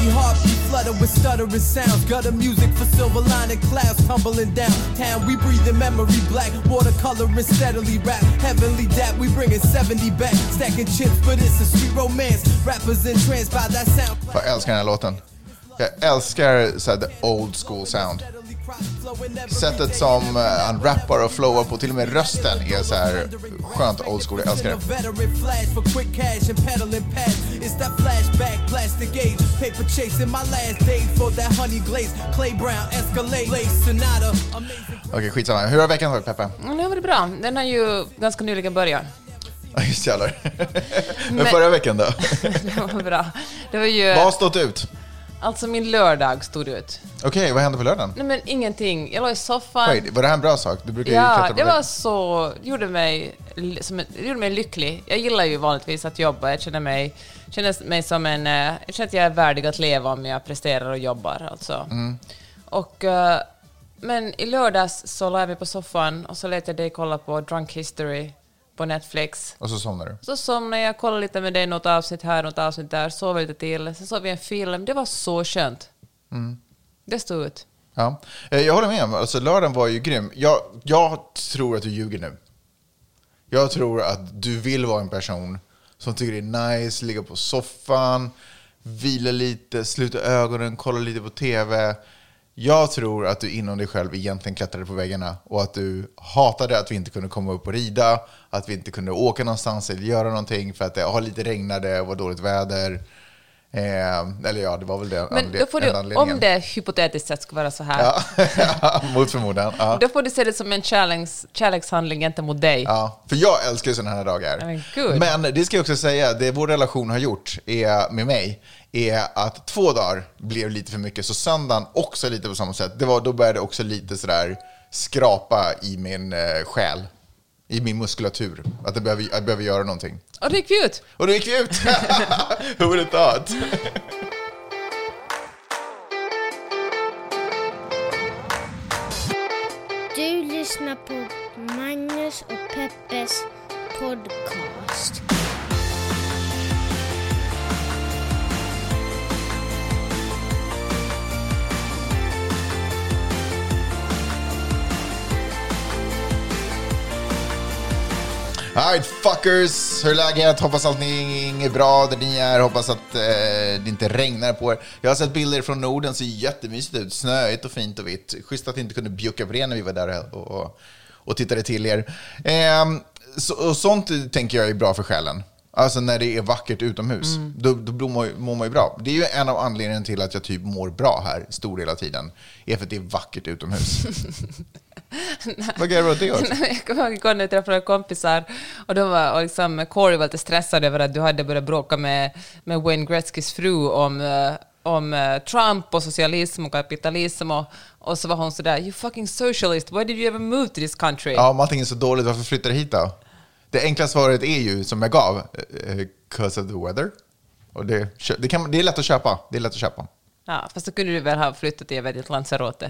Heavy heartbeat flutter with stuttering sounds. Gutter music for silver lining clouds tumbling down. Town we breathe in memory black. Watercoloring steadily rap. Heavenly dap, we bringing 70 back. Stacking chips, but it's a sweet romance. Rappers in trance by that sound. Jag älskar den här låten. Jag älskar så här, the old school sound. Sättet som han rappar och flowar på, till och med rösten är så här skönt old school. Jag älskar det. Okej, skitsamma. Hur har veckan varit, Peppe? Det var bra. Den har ju ganska nyligen börjat. Just jävlar. Men förra veckan då? Det var bra. Det var ju... Vad har stått ut? Alltså min lördag stod ut. Okej, vad hände på lördagen? Nej men ingenting. Jag låg i soffan. Wait, var det här en bra sak? Du brukar ja, det var så... Det gjorde mig lycklig. Jag gillar ju vanligtvis att jobba. Jag känner mig som en... Jag känner att jag är värdig att leva om jag presterar och jobbar. Alltså. Och... Men i lördags så la jag mig på soffan och så lät jag dig kolla på Drunk History på Netflix. Och så somnar du? Så somnade jag, kollade lite med dig, något avsnitt här, något avsnitt där, sov lite till. Sen såg vi en film, det var så skönt. Det stod ut. Ja, jag håller med. Alltså lördagen var ju grym. Jag tror att du ljuger nu. Jag tror att du vill vara en person som tycker det är nice, ligga på soffan, vila lite, sluta ögonen, kolla lite på tv. Jag tror att du inom dig själv egentligen klättrade på väggarna och att du hatade att vi inte kunde komma upp och rida, att vi inte kunde åka någonstans eller göra någonting för att det har lite regnade och var dåligt väder. Eller ja, det var väl det. Men då får du, om det hypotetiskt sett ska vara så här. Ja, mot förmodan. Ja. Då får du se det som en kärlekshandling gentemot dig. Ja, för jag älskar sådana här dagar. Men det ska jag också säga, det vår relation har gjort med mig är att 2 dagar blev lite för mycket. Så söndagen också lite på samma sätt. Då började också lite sådär skrapa i min själ. I min muskulatur. Att jag behöver göra någonting. Och det gick vi ut. Who would have thought? Du lyssnar på Magnus och Peppes podcast. Hi fuckers, hur är läget? Hoppas allting är bra där ni är. Hoppas att det inte regnar på er. Jag har sett bilder från Norden, ser jättemysigt ut. Snöigt och fint och vitt. Schysst att inte kunde bjucka på det när vi var där och tittade till er. Och sånt tänker jag är bra för själen. Alltså när det är vackert utomhus. Då mår man ju bra. Det är ju en av anledningarna till att jag typ mår bra här stor del av tiden. Är för att det är vackert utomhus. Vad gör du det åt? Jag kommer ihåg när jag träffade kompisar och de var liksom, Corey var lite stressad över att du hade börjat bråka med Wayne Gretzkys fru om Trump och socialism och kapitalism och så var hon sådär, you fucking socialist, why did you ever move to this country? Ja, om allting är så dåligt, varför flyttar du hit då? Det enkla svaret är ju, som jag gav, because of the weather. Och det är lätt att köpa. Det är lätt att köpa. Ja, fast då kunde du väl ha flyttat till ett Lanzarote?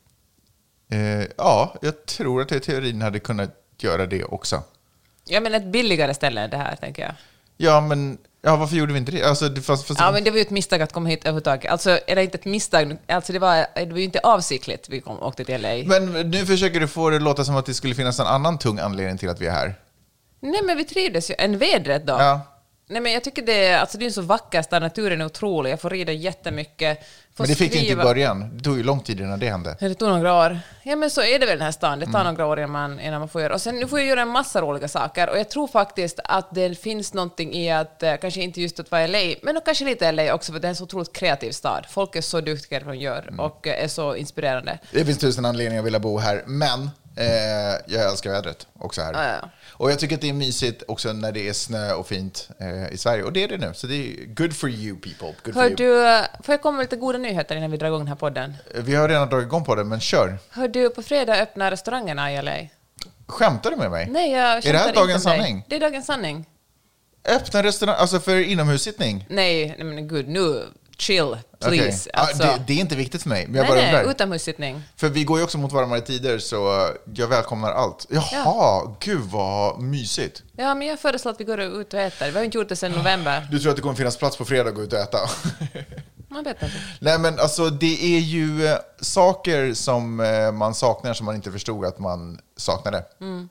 Ja, jag tror att jag i teorin hade kunnat göra det också. Ja, men ett billigare ställe än det här, tänker jag. Ja, men varför gjorde vi inte det? Alltså, ja, men det var ju ett misstag att komma hit överhuvudtaget. Alltså, är det inte ett misstag? Alltså, det var ju inte avsiktligt vi åkte till LA. Men nu försöker du få det låta som att det skulle finnas en annan tung anledning till att vi är här. Nej, men vi trivdes ju. En vädret då. Ja. Nej, men jag tycker det är en så vacker stad, naturen är otrolig. Jag får rida jättemycket. Men det fick du inte i början. Det tog ju lång tid innan det hände. Det tog några år. Ja, men så är det väl den här stan. Det tar några år innan man får göra. Och sen nu får jag göra en massa roliga saker. Och jag tror faktiskt att det finns någonting i att, kanske inte just att vara LA, men kanske lite LA också, för det är en så otroligt kreativ stad. Folk är så duktiga vad de gör och är så inspirerande. Det finns 1000 anledningar att vilja bo här, men jag älskar vädret också här. Ja. Och jag tycker att det är mysigt också när det är snö och fint i Sverige. Och det är det nu. Så det är good for you people. Får jag komma med lite goda nyheter innan vi drar igång den här podden? Vi har redan dragit igång på den, men kör. Hör du, på fredag öppnar restaurangerna i LA. Skämtar du med mig? Nej, jag är det här dagens sanning? Det är dagens sanning. Öppna restaurang, alltså för inomhussittning? Nej, men gud, nu... Chill, please. Okay. Alltså. Det är inte viktigt för mig. Men jag bara undrar. Utomhussittning. För vi går ju också mot varmare tider, så jag välkomnar allt. Jaha, gud vad mysigt. Ja, men jag föreslår att vi går ut och äter. Vi har inte gjort det sedan november. Du tror att det kommer finnas plats på fredag att gå ut och äta? Man vet inte. Nej, men alltså det är ju saker som man saknar som man inte förstod att man saknade.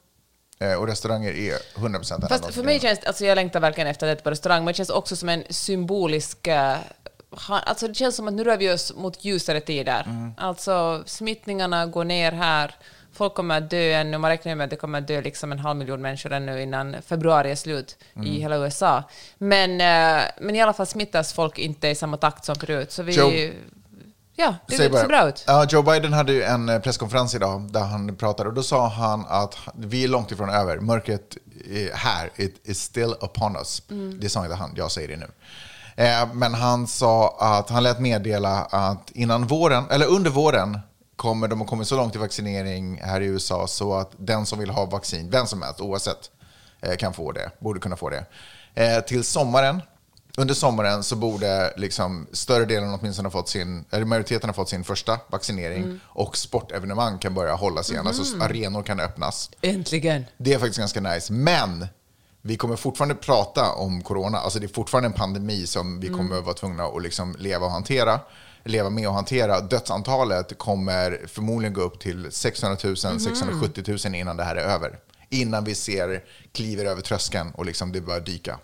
Och restauranger är 100% Fast för mig känns, alltså jag längtar verkligen efter det på restaurang, men det känns också som en symbolisk... Alltså det känns som att nu rör vi oss mot ljusare tider. Alltså smittningarna går ner här. Folk kommer att dö ännu. Man räknar med att det kommer att dö liksom 500 000 människor ännu innan februari är slut i hela USA. Men i alla fall smittas folk inte i samma takt som förut. Så vi... Ja, det ser bra ut. Ja, Joe Biden hade ju en presskonferens idag där han pratade och då sa han att vi är långt ifrån över. Mörkret är här. It is still upon us. Det sa inte han, jag säger det nu. Men han sa att han lät meddela att under våren kommer de att komma så långt i vaccinering här i USA så att den som vill ha vaccin, vem som helst oavsett, kan få det, borde kunna få det. Till sommaren, under sommaren så borde liksom större delen åtminstone majoriteten har fått sin första vaccinering och sportevenemang kan börja hållas igen, alltså arenor kan öppnas. Äntligen. Det är faktiskt ganska nice, men vi kommer fortfarande prata om corona, alltså det är fortfarande en pandemi som vi kommer att vara tvungna att liksom leva med och hantera. Dödsantalet kommer förmodligen gå upp till 600 000, 670 000 innan det här är över. Innan vi kliver över tröskeln och liksom det börjar dyka.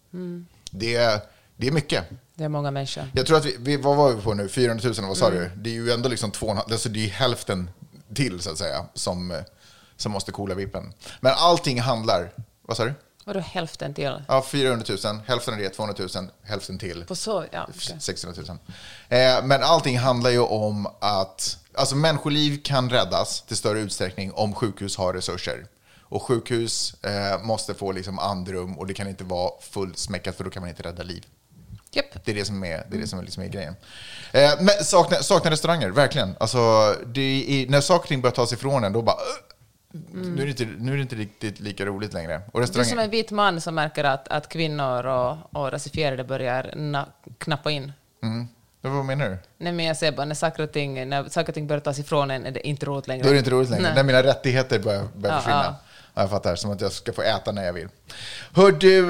Det är mycket. Det är många människor. Jag tror att vad var vi på nu? 400 000, vad sa du? Det är ju ändå liksom alltså det är hälften till så att säga som måste coola vippen. Men allting handlar, vad sa du? Vadå hälften till? Ja, 400 000, hälften av det, 200 000, hälften till. På så, ja. Okay. 600 000. Men allting handlar ju om att alltså människoliv kan räddas till större utsträckning om sjukhus har resurser. Och sjukhus måste få liksom andrum och det kan inte vara fullsmäckat för då kan man inte rädda liv. Yep. Det är det som är grejen. Men saknar restauranger, verkligen. Alltså, när saker och ting börjar ta sig ifrån en, då bara... Nu är det inte riktigt lika roligt längre. Och du är som en vit man som märker att kvinnor och rasifierade börjar knappa in. Vad menar du? Nej, men jag säger bara, när saker och ting börjar tas ifrån en är det inte roligt längre. Då är det inte roligt längre. Nej. När mina rättigheter börjar försvinna. Ja, jag fattar, som att jag ska få äta när jag vill. Hör du,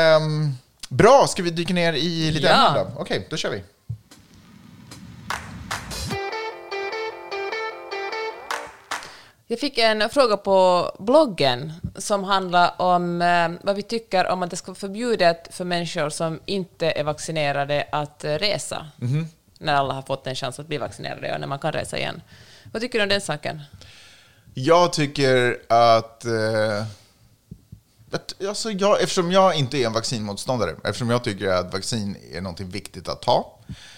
bra, ska vi dyka ner i lite ämnen då? Okej, då kör vi. Jag fick en fråga på bloggen som handlar om vad vi tycker om att det ska vara förbjudet för människor som inte är vaccinerade att resa. När alla har fått en chans att bli vaccinerade och när man kan resa igen. Vad tycker du om den saken? Jag tycker att... eftersom jag inte är en vaccinmotståndare, eftersom jag tycker att vaccin är något viktigt att ta...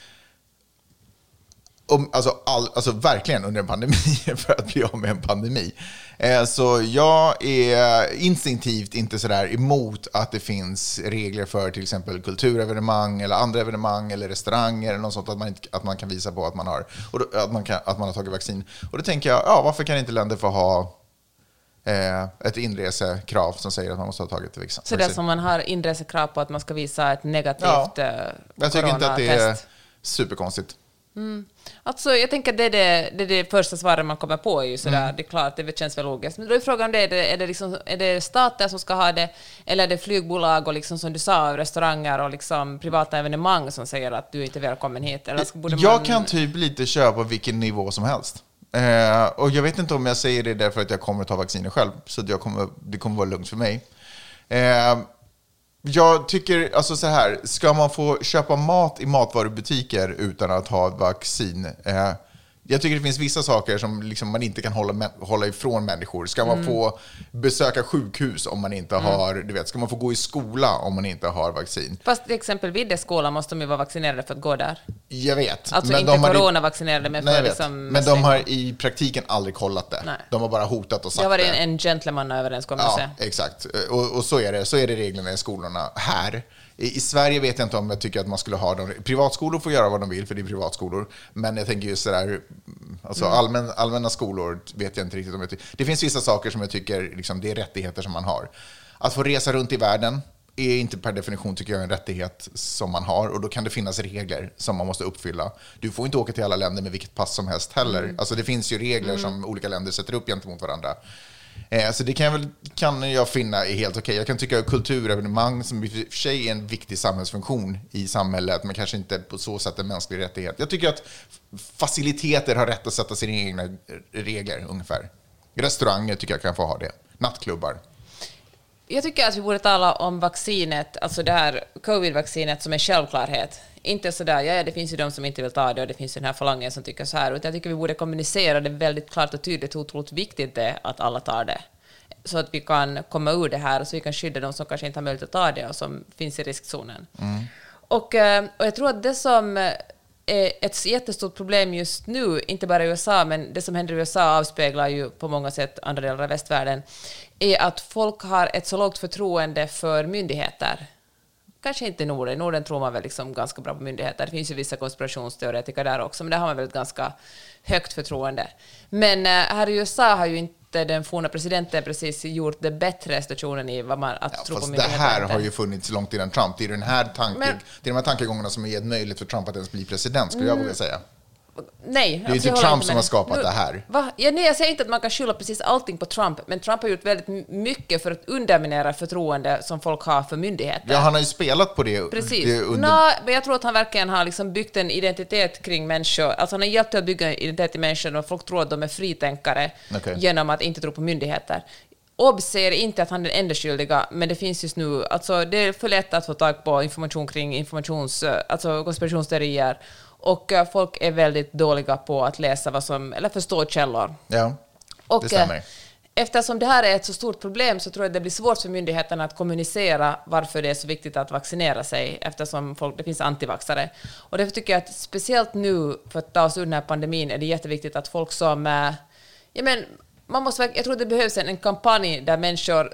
Alltså verkligen under en pandemi för att bli av med en pandemi. Så jag är instinktivt inte sådär emot att det finns regler för till exempel kulturevenemang eller andra evenemang eller restauranger eller något sånt att man kan visa på att man har att man har tagit vaccin. Och då tänker jag, varför kan inte länder få ha ett inresekrav som säger att man måste ha tagit vaccin? Så det är som man har inresekrav på att man ska visa ett negativt coronatest? Jag tycker inte att det är superkonstigt. Alltså, jag tänker att det är det första svaret man kommer på är ju sådär, det är klart, det känns väl logiskt. Men då är frågan är det stater som ska ha det, eller är det flygbolag och liksom, som du sa, restauranger och liksom privata evenemang som säger att du är inte välkommen hit? Eller jag kan typ lite köra på vilken nivå som helst. Och jag vet inte om jag säger det därför att jag kommer att ta vacciner själv, så att det kommer vara lugnt för mig. Jag tycker, alltså så här, ska man få köpa mat i matvarubutiker utan att ha ett vaccin? Jag tycker det finns vissa saker som liksom man inte kan hålla ifrån människor. Ska man få besöka sjukhus om man inte har, ska man få gå i skola om man inte har vaccin? Fast till exempel vid det skolan måste de ju vara vaccinerade för att gå där. Jag vet. Alltså men inte coronavaccinerade, men för liksom... Men de har i praktiken aldrig kollat det. Nej. De har bara hotat och sagt det. Det var en gentleman-överenskommelse. Ja, exakt. Och så är det. Så är det reglerna i skolorna här. I Sverige vet jag inte om jag tycker att man skulle ha dem. Privatskolor får göra vad de vill för det är privatskolor. Men jag tänker ju sådär, alltså allmänna skolor vet jag inte riktigt om jag tycker. Det finns vissa saker som jag tycker liksom, det är rättigheter som man har. Att få resa runt i världen är inte per definition tycker jag en rättighet som man har. Och då kan det finnas regler som man måste uppfylla. Du får inte åka till alla länder med vilket pass som helst heller. Alltså det finns ju regler som olika länder sätter upp gentemot varandra. Så det kan jag finna är helt okej. Jag kan tycka att kulturevenemang som i och för sig är en viktig samhällsfunktion i samhället, men kanske inte på så sätt en mänsklig rättighet. Jag tycker att faciliteter har rätt att sätta sina egna regler ungefär. Restauranger tycker jag kan få ha det. Nattklubbar. Jag tycker att vi borde tala om vaccinet, alltså det här covid-vaccinet som är självklarhet. Inte sådär, ja, det finns ju de som inte vill ta det och det finns ju den här falangen som tycker så här. Utan jag tycker vi borde kommunicera det väldigt klart och tydligt hur otroligt viktigt det är att alla tar det. Så att vi kan komma ur det här och så vi kan skydda de som kanske inte har möjlighet att ta det och som finns i riskzonen. Och jag tror att det som är ett jättestort problem just nu, inte bara i USA, men det som händer i USA avspeglar ju på många sätt andra delar av västvärlden, är att folk har ett så lågt förtroende för myndigheter. Kanske inte i Norden. I Norden tror man väl liksom ganska bra på myndigheter. Det finns ju vissa konspirationsteoretiker där också, men där har man väl ett ganska högt förtroende. Men här i USA har ju inte den forna presidenten precis gjort det bättre stationen i vad man att tro på myndigheter. Det här har ju funnits långt innan Trump. Det är det är de här tankegångarna som har gett möjlighet för Trump att ens bli president, skulle jag våga säga. Nej, det är inte Trump som har skapat det här. Nej, jag säger inte att man kan skylla precis allting på Trump, men Trump har gjort väldigt mycket för att underminera förtroende som folk har för myndigheter. Ja, han har ju spelat på det. Precis. Men jag tror att han verkligen har liksom byggt en identitet kring människor. Alltså han har hjälpt till att bygga en identitet i människor och folk tror att de är fritänkare genom att inte tro på myndigheter. OBS säger inte att han är den enda skyldiga, men det finns just nu, alltså det är för lätt att få tag på information kring alltså konspirationsteorier. Och folk är väldigt dåliga på att läsa eller förstå källor. Ja, det stämmer. Eftersom det här är ett så stort problem så tror jag det blir svårt för myndigheterna att kommunicera varför det är så viktigt att vaccinera sig, eftersom det finns antivaxare. Och därför tycker jag att speciellt nu, för att ta oss ur den här pandemin, är det jätteviktigt att folk som... jag tror det behövs en kampanj där människor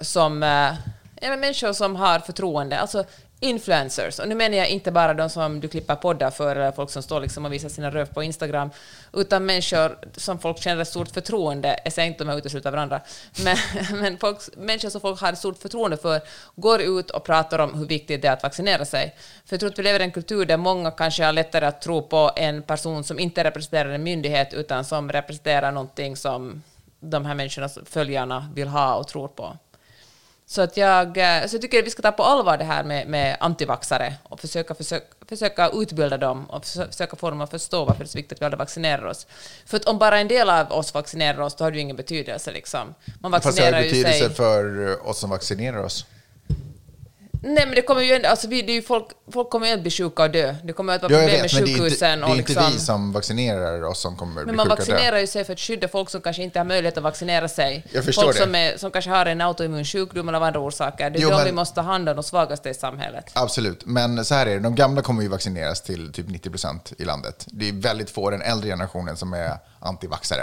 som har förtroende, alltså influencers, och nu menar jag inte bara de som du klipper poddar för, eller folk som står liksom och visar sina röv på Instagram, utan människor som folk känner ett stort förtroende. Jag säger inte de här utesluter varandra, men människor som folk har ett stort förtroende för går ut och pratar om hur viktigt det är att vaccinera sig. För jag tror att vi lever i en kultur där många kanske har lättare att tro på en person som inte representerar en myndighet utan som representerar någonting som de här människorna, följarna, vill ha och tror på. Så jag tycker att vi ska ta på allvar det här med antivaxare och försöka utbilda dem och försöka få dem att förstå varför det är så viktigt att vi alla vaccinerar oss. För att om bara en del av oss vaccinerar oss, då har det ju ingen betydelse. Liksom. Man vaccinerar ju sig... betydelse för oss som vaccinerar oss? Nej, men det kommer ju alltså det är ju folk kommer ju att bli sjuka och dö. Det kommer att vara problem med sjukhusen. Det är inte vi som vaccinerar oss som kommer att bli sjuka och dö. Men man vaccinerar ju sig för att skydda folk som kanske inte har möjlighet att vaccinera sig. Jag förstår folk det. Som kanske har en autoimmun sjukdom eller av andra orsaker. Det är vi måste ta hand om, de svagaste i samhället. Absolut, men så här är det. De gamla kommer ju vaccineras till typ 90% i landet. Det är väldigt få den äldre generationen som är antivaxare.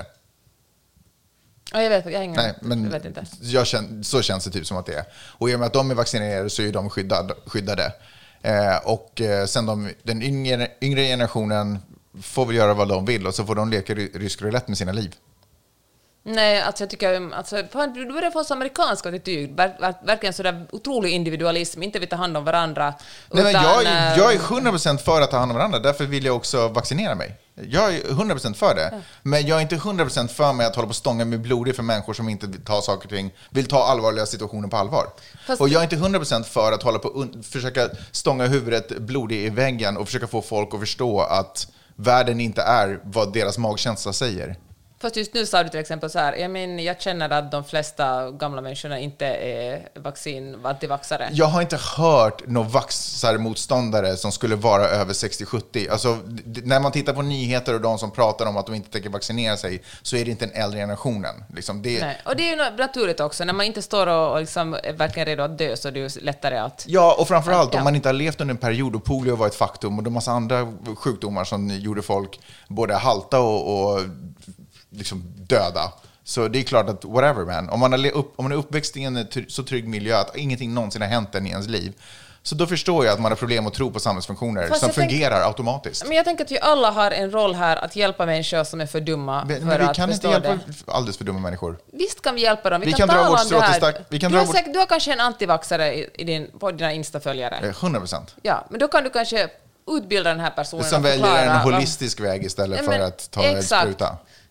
Ja, jag vet inte. Så känns det typ som att det är. Och i och med att de är vaccinerade så är de skyddade. Och sen den yngre generationen får väl göra vad de vill och så får de leka rysk roulette med sina liv. Nej, alltså jag tycker du börjar få så amerikansk attityd, verkligen sådär otrolig individualism, inte vi tar hand om varandra. Nej, men jag är 100% för att ta hand om varandra, därför vill jag också vaccinera mig. Jag är 100% för det. Ja. Men jag är inte 100% för mig att hålla på stånga med blodig för människor som inte vill ta allvarliga situationer på allvar. Och jag är inte 100% för att hålla på försöka stånga huvudet blodig i väggen och försöka få folk att förstå att världen inte är vad deras magkänsla säger. Fast just nu sa du till exempel så här, jag känner att de flesta gamla människorna inte är antivaxare. Jag har inte hört någon vaxarmotståndare som skulle vara över 60-70. Alltså, när man tittar på nyheter och de som pratar om att de inte tänker vaccinera sig, så är det inte den äldre generationen. Liksom Nej. Och det är ju naturligt också. När man inte står och liksom är verkligen redo att dö, så är det ju lättare att... Ja, och framförallt om man inte har levt under en period och polio var ett faktum och det är massa andra sjukdomar som gjorde folk både halta och liksom döda. Så det är klart att whatever man. Om man är uppväxt i en så trygg miljö att ingenting någonsin har hänt i ens liv, så då förstår jag att man har problem att tro på samhällsfunktioner som fungerar automatiskt. Men jag tänker att vi alla har en roll här att hjälpa människor som är för dumma för men vi att kan förstå inte hjälpa det. Alldeles för dumma människor. Visst kan vi hjälpa dem. Vi kan dra vårt strå till stack. Du har kanske en antivaxare på dina Insta-följare. 100%. Ja, men då kan du kanske utbilda den här personen som väljer en holistisk väg istället för att ta en spruta.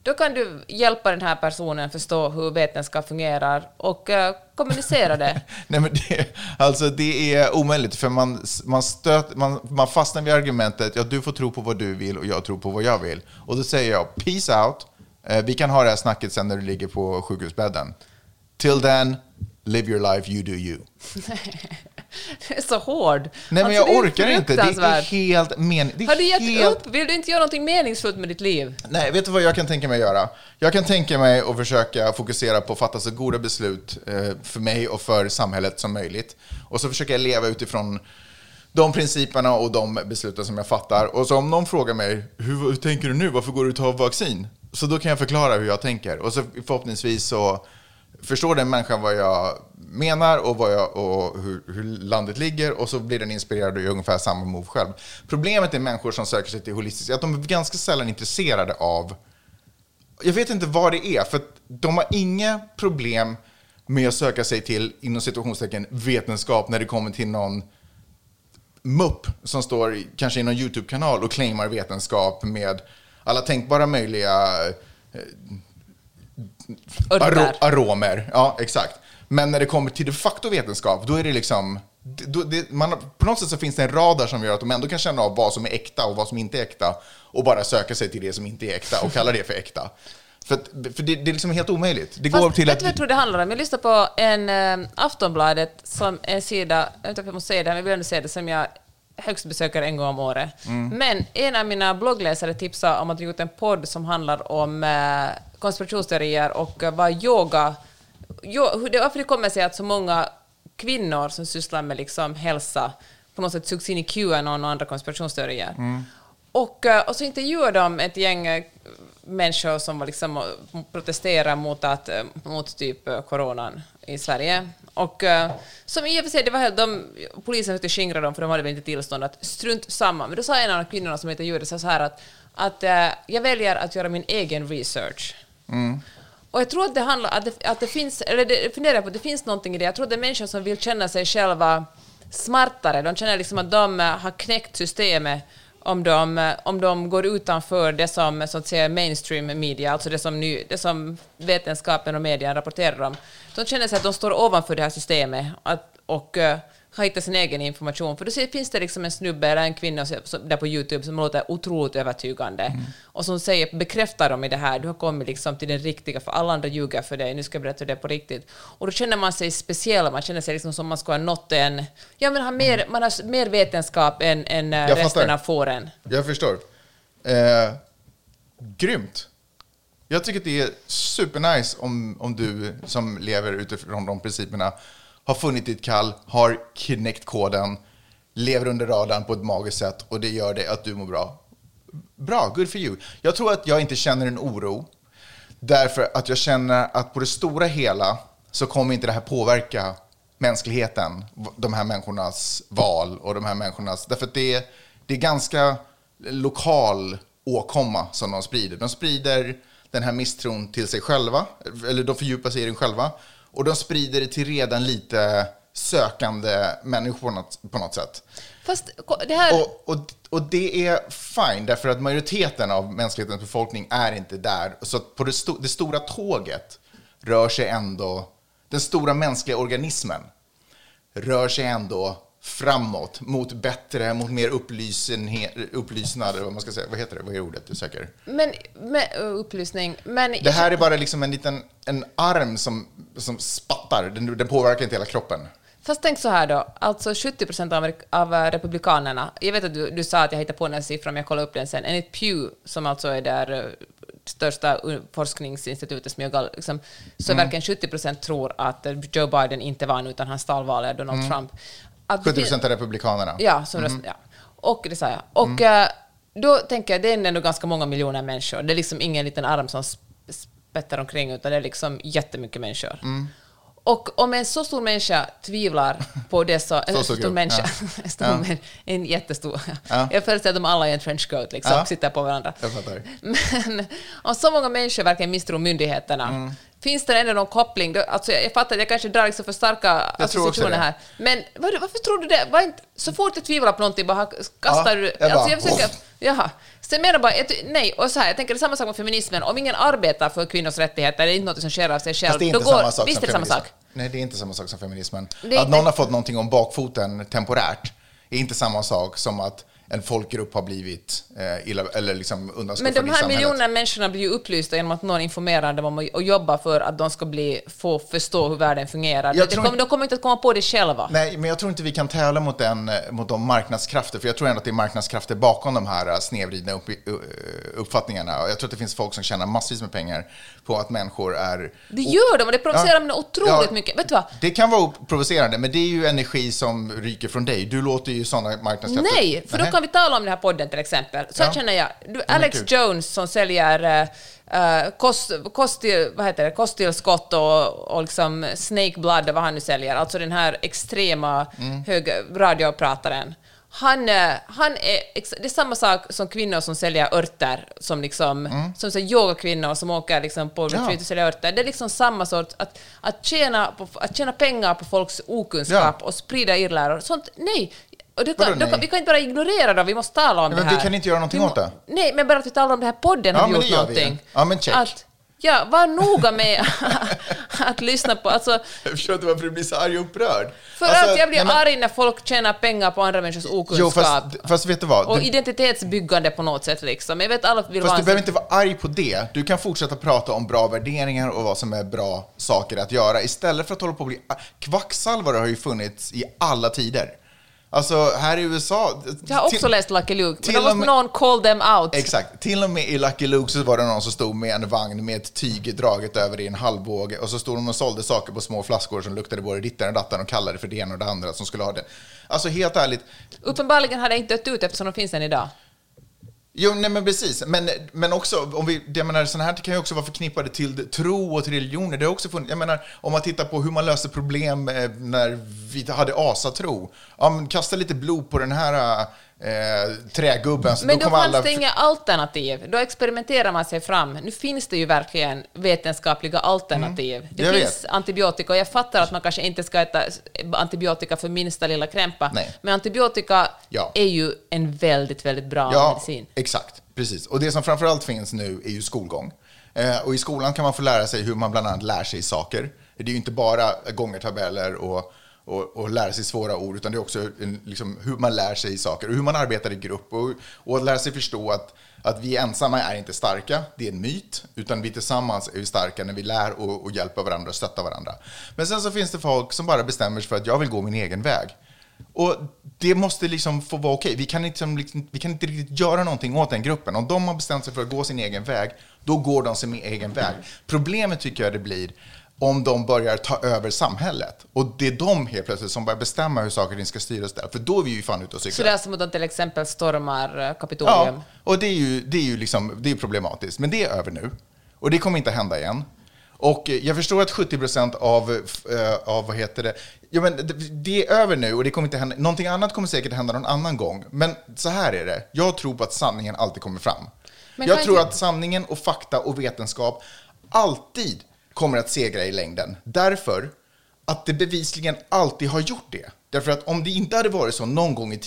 då kan du hjälpa den här personen förstå hur vetenskap fungerar och kommunicera det. Nej, men det är omöjligt, för man fastnar vid argumentet, ja, du får tro på vad du vill och jag tror på vad jag vill. Och då säger jag, peace out. Vi kan ha det här snacket sen när du ligger på sjukhusbädden. Till then, live your life, you do you. Det är så hård. Nej, men jag orkar inte. Det är helt Har du gett upp? Vill du inte göra någonting meningsfullt med ditt liv? Nej, vet du vad jag kan tänka mig göra? Jag kan tänka mig att försöka fokusera på att fatta så goda beslut för mig och för samhället som möjligt. Och så försöker jag leva utifrån de principerna och de besluten som jag fattar. Och så om någon frågar mig, hur tänker du nu? Varför går du att ta vaccin? Så då kan jag förklara hur jag tänker. Och så förhoppningsvis så förstår den människan vad jag menar och hur landet ligger, och så blir den inspirerad och gör ungefär samma move själv. Problemet är människor som söker sig till holistiskt, att de är ganska sällan intresserade av, jag vet inte vad det är, för att de har inga problem med att söka sig till, inom situationstecken, vetenskap när det kommer till någon mupp som står kanske i någon YouTube-kanal och claimar vetenskap med alla tänkbara möjliga aromer. Ja, exakt. Men när det kommer till de facto vetenskap, då är det liksom på något sätt så finns det en radar som gör att de ändå kan känna av vad som är äkta och vad som inte är äkta, och bara söka sig till det som inte är äkta och kalla det för äkta. För det är liksom helt omöjligt. Det går till vet du vad jag tror det handlar om? Jag lyssnade på en Aftonbladet som en sida, jag vet inte om jag måste säga det här, men jag vill ändå säga det, som jag högst besöker en gång om året. Men en av mina bloggläsare tipsade om att jag gjort en podd som handlar om konspirationsteorier och vad varför det kommer sig att så många kvinnor som sysslar med liksom hälsa på något sätt sugs in i QAnon och andra konspirationsteorier. Och så intervjuar de ett gäng människor som var liksom protesterar mot typ coronan i Sverige. Och som i och för sig, det var helt, polisen försökte skingra dem för de hade väl inte tillstånd att strunt samman. Men då sa en av kvinnorna som intervjuade så här att jag väljer att göra min egen research. Och jag tror att det handlar att det finns, eller funderar på att det finns någonting i det. Jag tror att det är människor som vill känna sig själva smartare. De känner liksom att de har knäckt systemet om de går utanför det som så att säga mainstream media, alltså det som vetenskapen och media rapporterar om. De känner sig att de står ovanför det här systemet och har hittat sin egen information. För då finns det liksom en snubbe eller en kvinna där på YouTube som låter otroligt övertygande och som bekräftar dem i det här. Du har kommit liksom till den riktiga, för alla andra ljuger för dig. Nu ska jag berätta det på riktigt. Och då känner man sig speciell. Man känner sig liksom som man ska ha nått man har mer vetenskap än resten av fåren. Jag förstår. Grymt. Jag tycker att det är supernice om du som lever utifrån de principerna har funnit ditt kall, har knäckt koden, lever under radarn på ett magiskt sätt, och det gör det att du mår bra. Bra, good for you. Jag tror att jag inte känner en oro, därför att jag känner att på det stora hela så kommer inte det här påverka mänskligheten, de här människornas val och de här människornas, därför att det är ganska lokal åkomma som de sprider. De sprider den här misstron till sig själva, eller de fördjupar sig i den själva. Och de sprider det till redan lite sökande människor på något sätt. Fast det här... och det är fine, därför att majoriteten av mänsklighetens befolkning är inte där. Så på det stora tåget rör sig ändå, den stora mänskliga organismen rör sig ändå framåt mot bättre, mot mer upplysnad, vad man ska säga. Vad heter det? Vad är ordet du söker? Men upplysning. Men det här är bara liksom en arm som spattar. Den påverkar inte hela kroppen. Fast tänk så här då. Alltså 70% av republikanerna. Jag vet att du sa att jag hittade på den här siffran, men jag kollar upp den sen. Enligt Pew, som alltså är där största forskningsinstitutet som jag liksom, så verkligen 70% tror att Joe Biden inte vann utan han stal valet, Donald Trump. 70% av republikanerna. Ja, som röst, ja. Och det sa jag. Och då tänker jag, det är ändå ganska många miljoner människor. Det är liksom ingen liten arm som spettar omkring, utan det är liksom jättemycket människor. Och om en så stor människa tvivlar på det så... En jättestor... Ja. Jag föreställer att de alla är en trenchcoat, liksom, sitter på varandra. Men om så många människor verkligen misstror myndigheterna, finns det ändå någon koppling? Alltså, jag fattar att jag kanske drar liksom för starka associationer här. Men varför tror du det? Så fort du tvivlar på någonting, bara kastar du... Jag försöker... Jaha. Sen menar bara, nej, och så här, jag tänker det är samma sak med feminismen. Om ingen arbetar för kvinnors rättigheter, det är inte något som sker av sig själv. Fast det är inte samma sak visst som är det samma sak. Nej, det är inte samma sak som feminismen. Att någon har fått någonting om bakfoten temporärt är inte samma sak som att en folkgrupp har blivit illa, eller liksom undanskuffad i samhället. Men de här miljonerna människorna blir ju upplysta genom att någon informerar dem om och jobbar för att de ska få förstå hur världen fungerar. De kommer inte att komma på det själva. Nej, men jag tror inte vi kan tävla mot de marknadskrafter, för jag tror ändå att det är marknadskrafter bakom de här snedvridna uppfattningarna. Jag tror att det finns folk som tjänar massvis med pengar på att människor är... Det gör de, och det provocerar mig otroligt mycket. Vet du vad? Det kan vara provocerande, men det är ju energi som ryker från dig. Du låter ju sådana marknadskrafter... Nej, för då kan vi tala om den här podden till exempel. Så känner jag, Alex Jones som säljer kosttillskott och liksom snake blood och vad han nu säljer, alltså den här extrema höga radioprataren. Han är det är samma sak som kvinnor som säljer örter, som liksom som så yogakvinnor som åker liksom på retreat och säljer örter. Det är liksom samma sort att tjäna pengar på folks okunskap och sprida irrläror. Sånt, nej. Och vi kan inte bara ignorera det, vi måste tala om det här. Men vi kan inte göra någonting åt det. Nej, men bara att vi talar om det här podden har vi gjort någonting. Ja, men check. Var noga med att lyssna på. Alltså, jag förstår inte varför du blir så arg och upprörd. För att jag blir arg när folk tjänar pengar på andra människors okunskap. Jo, fast vet du vad? Och identitetsbyggande på något sätt liksom. Jag vet alla vill fast du behöver inte vara arg på det. Du kan fortsätta prata om bra värderingar och vad som är bra saker att göra. Istället för att hålla på att bli... Kvacksalvare har ju funnits i alla tider. Alltså, här i USA... Jag har också läst Lucky Luke, men då måste någon call them out. Exakt. Till och med i Lucky Luke så var det någon som stod med en vagn med ett tyg draget över i en halvbåge, och så stod de och sålde saker på små flaskor som luktade både dittan och dattan och kallade för det ena och det andra som skulle ha det. Alltså, helt ärligt... Uppenbarligen hade det inte dött ut eftersom de finns än idag. Jo, nej men precis. Men också, jag menar, sådana här kan ju också vara förknippade till tro och till religioner. Det har också funnits, jag menar, om man tittar på hur man löser problem när vi hade asatro. Ja, men kasta lite blod på den här trägubben. Men då fanns det inga alternativ. Då experimenterar man sig fram. Nu finns det ju verkligen vetenskapliga alternativ. Det finns antibiotika, och jag fattar att man kanske inte ska äta antibiotika för minsta lilla krämpa. Nej. Men antibiotika är ju en väldigt, väldigt bra medicin. Exakt, precis. Och det som framförallt finns nu är ju skolgång. Och i skolan kan man få lära sig hur man bland annat lär sig saker. Det är ju inte bara gångertabeller och lära sig svåra ord, utan det är också liksom hur man lär sig saker och hur man arbetar i grupp, och att lära sig förstå att vi ensamma är inte starka, det är en myt, utan vi tillsammans är starka när vi lär och hjälper varandra och stöttar varandra. Men sen så finns det folk som bara bestämmer sig för att jag vill gå min egen väg. Och det måste liksom få vara okej. Vi kan inte riktigt göra någonting åt den gruppen. Om de har bestämt sig för att gå sin egen väg, då går de sin egen väg. Problemet tycker jag det blir om de börjar ta över samhället. Och det är de helt plötsligt som börjar bestämma hur saker ska styras där. För då är vi ju fan ute och cyklar. Så det är som att de till exempel stormar Kapitolium? Ja, och det är ju liksom, det är problematiskt. Men det är över nu. Och det kommer inte hända igen. Och jag förstår att 70% av vad heter det? Ja, men det är över nu och det kommer inte hända. Någonting annat kommer säkert hända någon annan gång. Men så här är det. Jag tror på att sanningen alltid kommer fram. Jag tror att sanningen och fakta och vetenskap alltid kommer att segra i längden. Därför att det bevisligen alltid har gjort det. Därför att om det inte hade varit så någon gång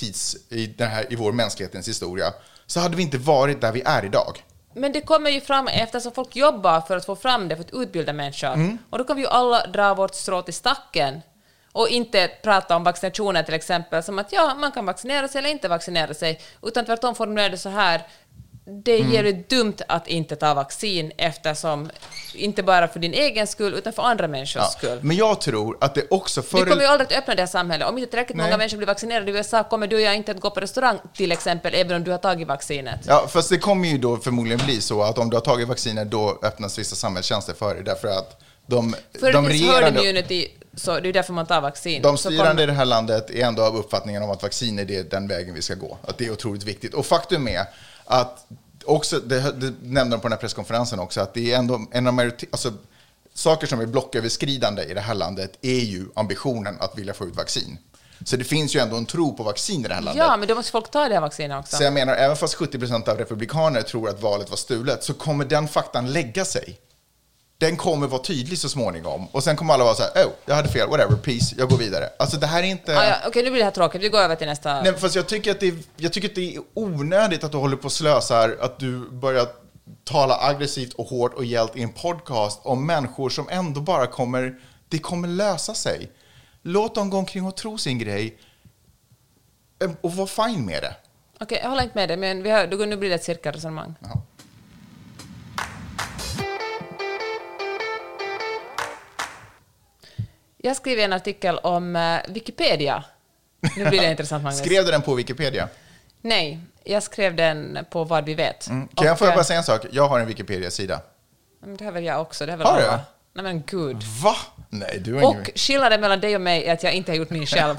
i vår mänsklighetens historia, så hade vi inte varit där vi är idag. Men det kommer ju fram eftersom folk jobbar för att få fram det, för att utbilda människor. Och då kan vi ju alla dra vårt strå till stacken och inte prata om vaccinationer till exempel, som att man kan vaccinera sig eller inte vaccinera sig, utan tvärtom formulera det så här: det ger det dumt att inte ta vaccin, eftersom inte bara för din egen skull utan för andra människors skull. Men jag tror att det också Vi kommer ju aldrig att öppna det här samhället. Om inte tillräckligt många människor blir vaccinerade i USA, kommer du och jag inte att gå på restaurang till exempel, även om du har tagit vaccinet. Ja, fast det kommer ju då förmodligen bli så att om du har tagit vaccinet, då öppnas vissa samhällstjänster för dig, därför att de regerande... immunity, så det är därför man tar vaccin. De styrande i det här landet är ändå av uppfattningen om att vacciner, det är den vägen vi ska gå. Att det är otroligt viktigt. Och faktum är att också, det nämnde de på den här presskonferensen också, att det är ändå en av saker som är blocköverskridande i det här landet är ju ambitionen att vilja få ut vaccin. Så det finns ju ändå en tro på vaccin i det här landet. Ja, men då måste folk ta det här vaccinet också. Så jag menar, även fast 70% av republikaner tror att valet var stulet, så kommer den faktan lägga sig. den kommer vara tydlig så småningom. Och sen kommer alla vara så här, jag hade fel, whatever, peace, jag går vidare. Alltså det här är inte... Okej, nu blir det här tråkigt, vi går över till nästa. Nej, fast jag tycker att det är onödigt att du håller på och slösar, att du börjar tala aggressivt och hårt och hjält i en podcast om människor som ändå bara kommer lösa sig. Låt dem gå omkring och tro sin grej och vara fine med det. Okej, jag håller inte med dig, men nu blir det ett cirkelresonemang. Jaha. Jag skrev en artikel om Wikipedia. Nu blir det intressant, Magnus. Skrev du den på Wikipedia? Nej, jag skrev den på Vad vi vet. Kan jag bara säga en sak? Jag har en Wikipedia-sida. Men det har väl jag också. Det har väl har du? alla. Nej men gud. Va? Nej, du har ingen... Och skillnaden mellan dig och mig är att jag inte har gjort min själv.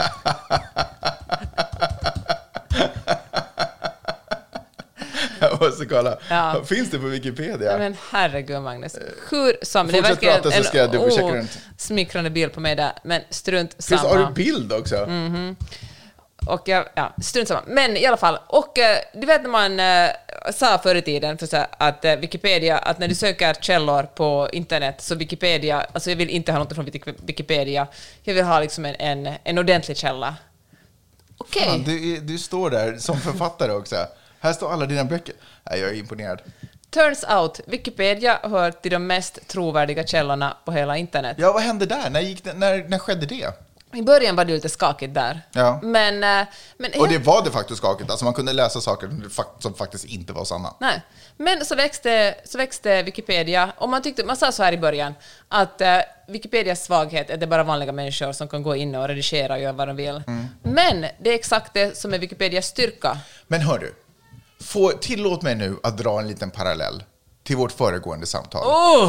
Jag måste kolla. Ja. Finns det på Wikipedia? Ja, men herregud, Magnus. Hur som... Fortsätt det är verkligen prata så ska jag dubbelchecka runt. smickrande bild på mig där. Men strunt samma. Har du bild också? Mm-hmm. Och strunt samma. Men i alla fall. Och du vet när man sa förr i tiden för så att Wikipedia, att när du söker källor på internet så Wikipedia, alltså jag vill inte ha något från Wikipedia. Jag vill ha liksom en ordentlig källa. Okej. Fan, du står där som författare också. Här står alla dina böcker. Nej, jag är imponerad. Turns out, Wikipedia hör till de mest trovärdiga källorna på hela internet. Ja, vad hände där? När skedde det? I början var det lite skakigt där. Ja. Men och det var det faktiskt skakigt. Alltså man kunde läsa saker som faktiskt inte var sanna. Nej. Men så växte Wikipedia. Och man sa så här i början att Wikipedias svaghet är det bara vanliga människor som kan gå in och redigera och göra vad de vill. Men det är exakt det som är Wikipedias styrka. Men hör du, tillåt mig nu att dra en liten parallell till vårt föregående samtal.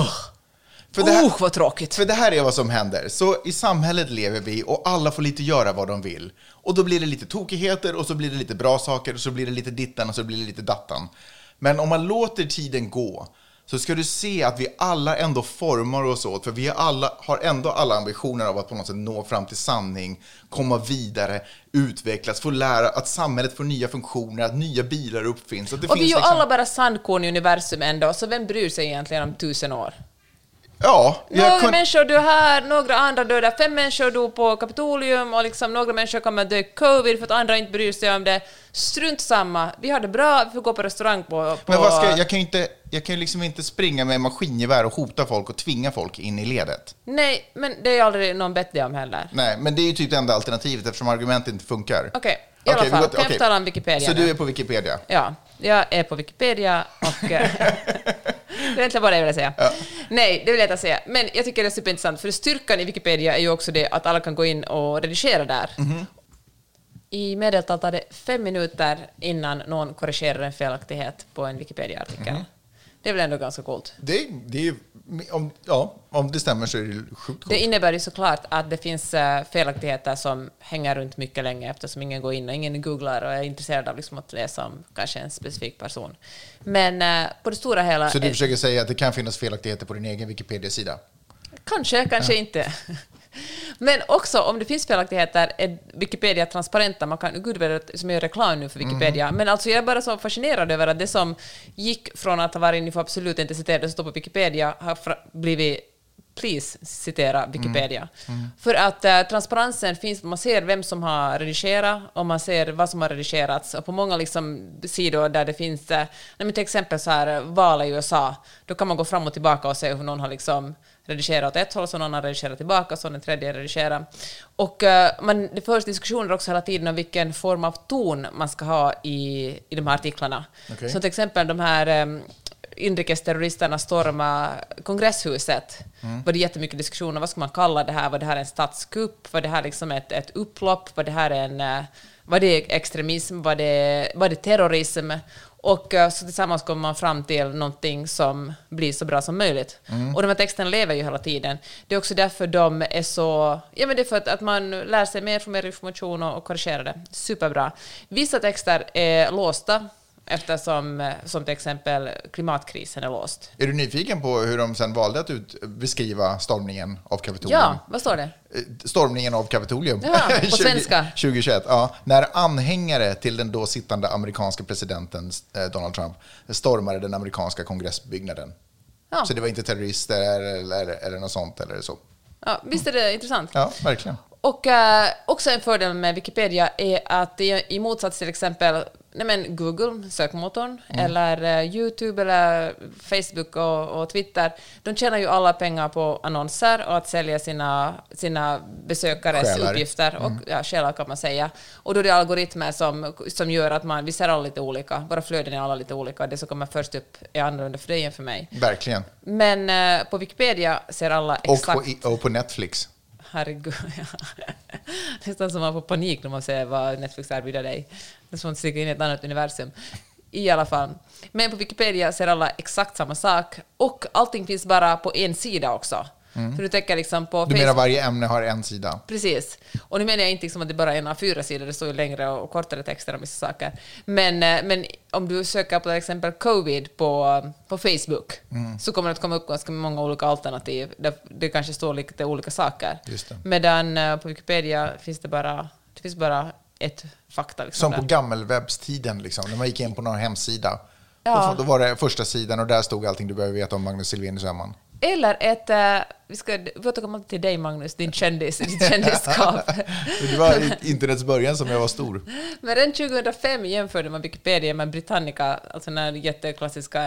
Vad tråkigt. För det här är vad som händer. Så i samhället lever vi och alla får lite göra vad de vill. Och då blir det lite tokigheter och så blir det lite bra saker och så blir det lite dittan och så blir det lite dattan. Men om man låter tiden gå så ska du se att vi alla ändå formar oss åt. För vi har ändå alla ambitioner av att på något sätt nå fram till sanning, komma vidare, utvecklas, få lära att samhället får nya funktioner, att nya bilar uppfinns. Att det och finns vi är ju alla bara sandkorn i universum ändå, så vem bryr sig egentligen om 1000 år? Ja, några människor dör här, några andra dör där. 5 människor dog på Kapitolium och liksom några människor kommer att dö i covid för att andra inte bryr sig om det. Strunt samma. Vi har det bra, vi får gå på restaurang på... Men jag kan ju liksom inte springa med maskingevär och hota folk och tvinga folk in i ledet. Nej, men det är aldrig någon bett det om heller. Nej, men det är ju typ det enda alternativet eftersom argumentet inte funkar. Okej, i alla fall. Kan jag tala om Wikipedia? Så du är på Wikipedia? Ja, jag är på Wikipedia och... det är egentligen bara det jag vill säga. Ja. Nej, det vill jag inte säga. Men jag tycker det är superintressant. För styrkan i Wikipedia är ju också det att alla kan gå in och redigera där. Mm-hmm. I medeltal tar det 5 minuter innan någon korrigerar en felaktighet på en Wikipedia-artikel. Mm-hmm. Det är väl ändå ganska coolt. Om det stämmer så är det sjukt coolt. Det innebär ju såklart att det finns felaktigheter som hänger runt mycket länge eftersom ingen går in och ingen googlar och är intresserad av liksom att läsa om kanske en specifik person. Men på det stora hela... Så du försöker säga att det kan finnas felaktigheter på din egen Wikipedia-sida? Kanske inte. Men också om det finns felaktigheter är Wikipedia transparenta. Man kan, gud vet som jag gör reklam nu för Wikipedia. Men alltså jag är bara så fascinerad över att det som gick från att ha varit, ni får absolut inte citera det som står på Wikipedia, har blivit please citera Wikipedia. För att transparensen finns, man ser vem som har redigerat och man ser vad som har redigerats. Och på många liksom sidor där det finns, till exempel så här val i USA, då kan man gå fram och tillbaka och se hur någon har liksom redigerat åt ett håll, så någon har redigerat tillbaka, så den tredje redigerar. Och det förs diskussioner också hela tiden om vilken form av ton man ska ha i de här artiklarna. Okay. Så till exempel de här inrikesterroristerna stormar kongresshuset. Var det jättemycket diskussioner, vad ska man kalla det här? Var det här en statskupp? Var det här liksom ett upplopp? Var det här var det extremism? Var det terrorism? Och så tillsammans kommer man fram till någonting som blir så bra som möjligt. Och de här texterna lever ju hela tiden. Det är också därför de är så... Ja, men det är för att man lär sig mer, får mer information och korrigerar det. Superbra. Vissa texter är låsta eftersom, som till exempel, klimatkrisen är låst. Är du nyfiken på hur de sen valde att beskriva stormningen av Kapitolium? Ja, vad står det? Stormningen av Kapitolium. Ja, på svenska. 2021, ja. När anhängare till den då sittande amerikanska presidenten Donald Trump stormade den amerikanska kongressbyggnaden. Ja. Så det var inte terrorister eller något sånt eller så. Ja, visst är det intressant? Ja, verkligen. Och också en fördel med Wikipedia är att det i motsats till exempel Google, sökmotorn, eller YouTube eller Facebook och Twitter, de tjänar ju alla pengar på annonser och att sälja sina besökares uppgifter och själva kan man säga. Och då är det algoritmer som gör att vi ser alla lite olika, bara flöden är alla lite olika. Det som kommer först upp är annorlunda för dig än för mig. Verkligen. Men på Wikipedia ser alla exakt... Och på Netflix. Herregud, nästan som man får panik när man ser vad Netflix erbjuder dig. Det är som att sticka in i ett annat universum. I alla fall. Men på Wikipedia ser alla exakt samma sak. Och allting finns bara på en sida också. För du tänker liksom på Du menar varje ämne har en sida? Precis. Och nu menar jag inte liksom att det bara är en av 4 sidor, det står ju längre och kortare texter om vissa saker. Men om du söker på till exempel covid på Facebook så kommer det att komma upp ganska många olika alternativ. Det kanske står lite olika saker. Just det. Medan på Wikipedia finns det finns bara ett fakta. Liksom, som på gammelwebbstiden, liksom, när man gick in på någon hemsida. Ja. Då var det första sidan och där stod allting du behöver veta om Magnus Silvenius Öhman. Eller vi ska återkomma till dig, Magnus, ditt kändisskap. Det var internets början som jag var stor. Men redan 2005 jämförde man Wikipedia med Britannica, alltså den här jätteklassiska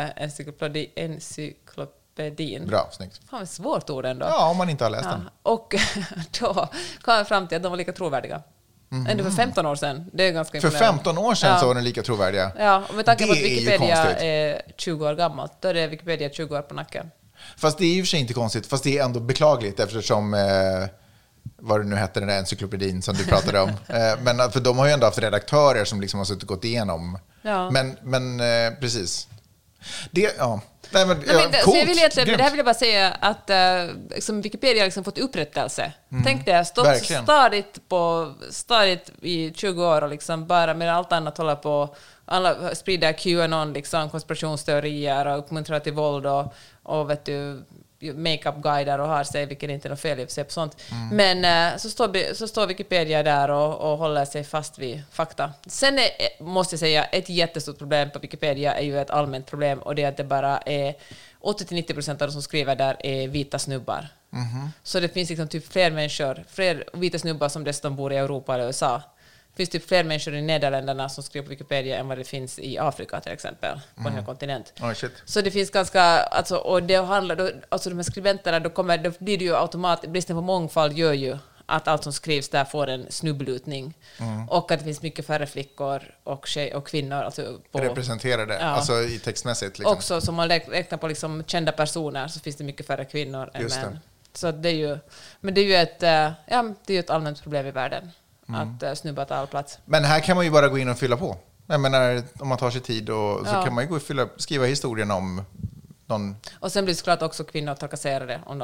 encyklopedin. Bra, snyggt. Fan, vad svårt ord ändå. Ja, om man inte har läst den. Och då kom jag fram till att de var lika trovärdiga. Ändå för 15 år sedan. Det är ganska För imponerande. 15 år sedan så var den lika trovärdiga. Ja, och med tanke på att Det är ju Wikipedia konstigt. är 20 år gammalt, då är det Wikipedia 20 år på nacken. Fast det är ju för sig inte konstigt, fast det är ändå beklagligt eftersom, vad det nu hette, den där encyklopedin som du pratade om. Men för de har ju ändå haft redaktörer som liksom har suttit och gått igenom. Ja. Men precis. Det, ja. Nej, men, Så jag vill egentligen, grymt. det här vill jag bara säga att liksom Wikipedia har liksom fått upprättelse. Tänk det, jag har stått Verkligen. stadigt i 20 år och liksom bara med allt annat hålla på, alla sprider QAnon, liksom, konspirationsteorier och uppmuntrar till våld och vet du, makeup-guider och har sig, vilket inte är något fel i att se på sånt. Men så står Wikipedia där och håller sig fast vid fakta. Sen måste jag säga, ett jättestort problem på Wikipedia är ju ett allmänt problem, och det är att det bara är 80-90% av de som skriver där är vita snubbar. Så det finns liksom typ fler vita snubbar som dessutom bor i Europa eller USA. Det finns typ fler människor i Nederländerna som skriver på Wikipedia än vad det finns i Afrika till exempel, på en hel kontinent. Oh, shit. Så det finns ganska, alltså, och det handlar då, alltså de här skribenterna, då blir det ju automatiskt, bristen på mångfald gör ju att allt som skrivs där får en snubblutning. Och att det finns mycket färre flickor och kvinnor. Alltså Representerade, alltså i textmässigt. Liksom. Också, som man räknar på liksom kända personer, så finns det mycket färre kvinnor än Just män. det. Så det är ju, men det är ju ett allmänt problem i världen. Att snubbar tar all plats. Men här kan man ju bara gå in och fylla på. Jag menar, om man tar sig tid så kan man ju gå och skriva historien om någon. Och sen blir det såklart också kvinnor trakasserade om